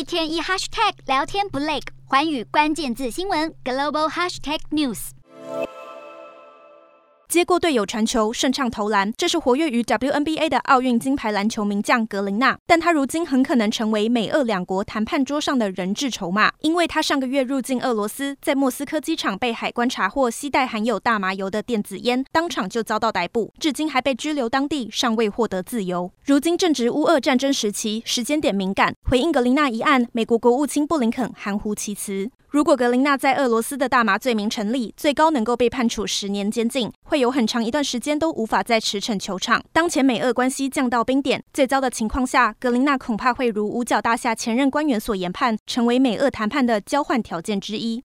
天一 hashtag 聊天不累，寰宇关键字新闻 global hashtag news。 接过队友传球，顺畅投篮，这是活跃于 WNBA 的奥运金牌篮球名将格林纳，但他如今很可能成为美俄两国谈判桌上的人质筹码，因为他上个月入境俄罗斯，在莫斯科机场被海关查获携带含有大麻油的电子烟，当场就遭到逮捕，至今还被拘留当地，尚未获得自由。如今正值乌俄战争时期，时间点敏感，回应格林纳一案，美国国务卿布林肯含糊其辞。如果格林纳在俄罗斯的大麻罪名成立，最高能够被判处10年监禁，会有很长一段时间都无法再驰骋球场。当前美俄关系降到冰点，最糟的情况下，格林纳恐怕会如五角大厦前任官员所研判，成为美俄谈判的交换条件之一。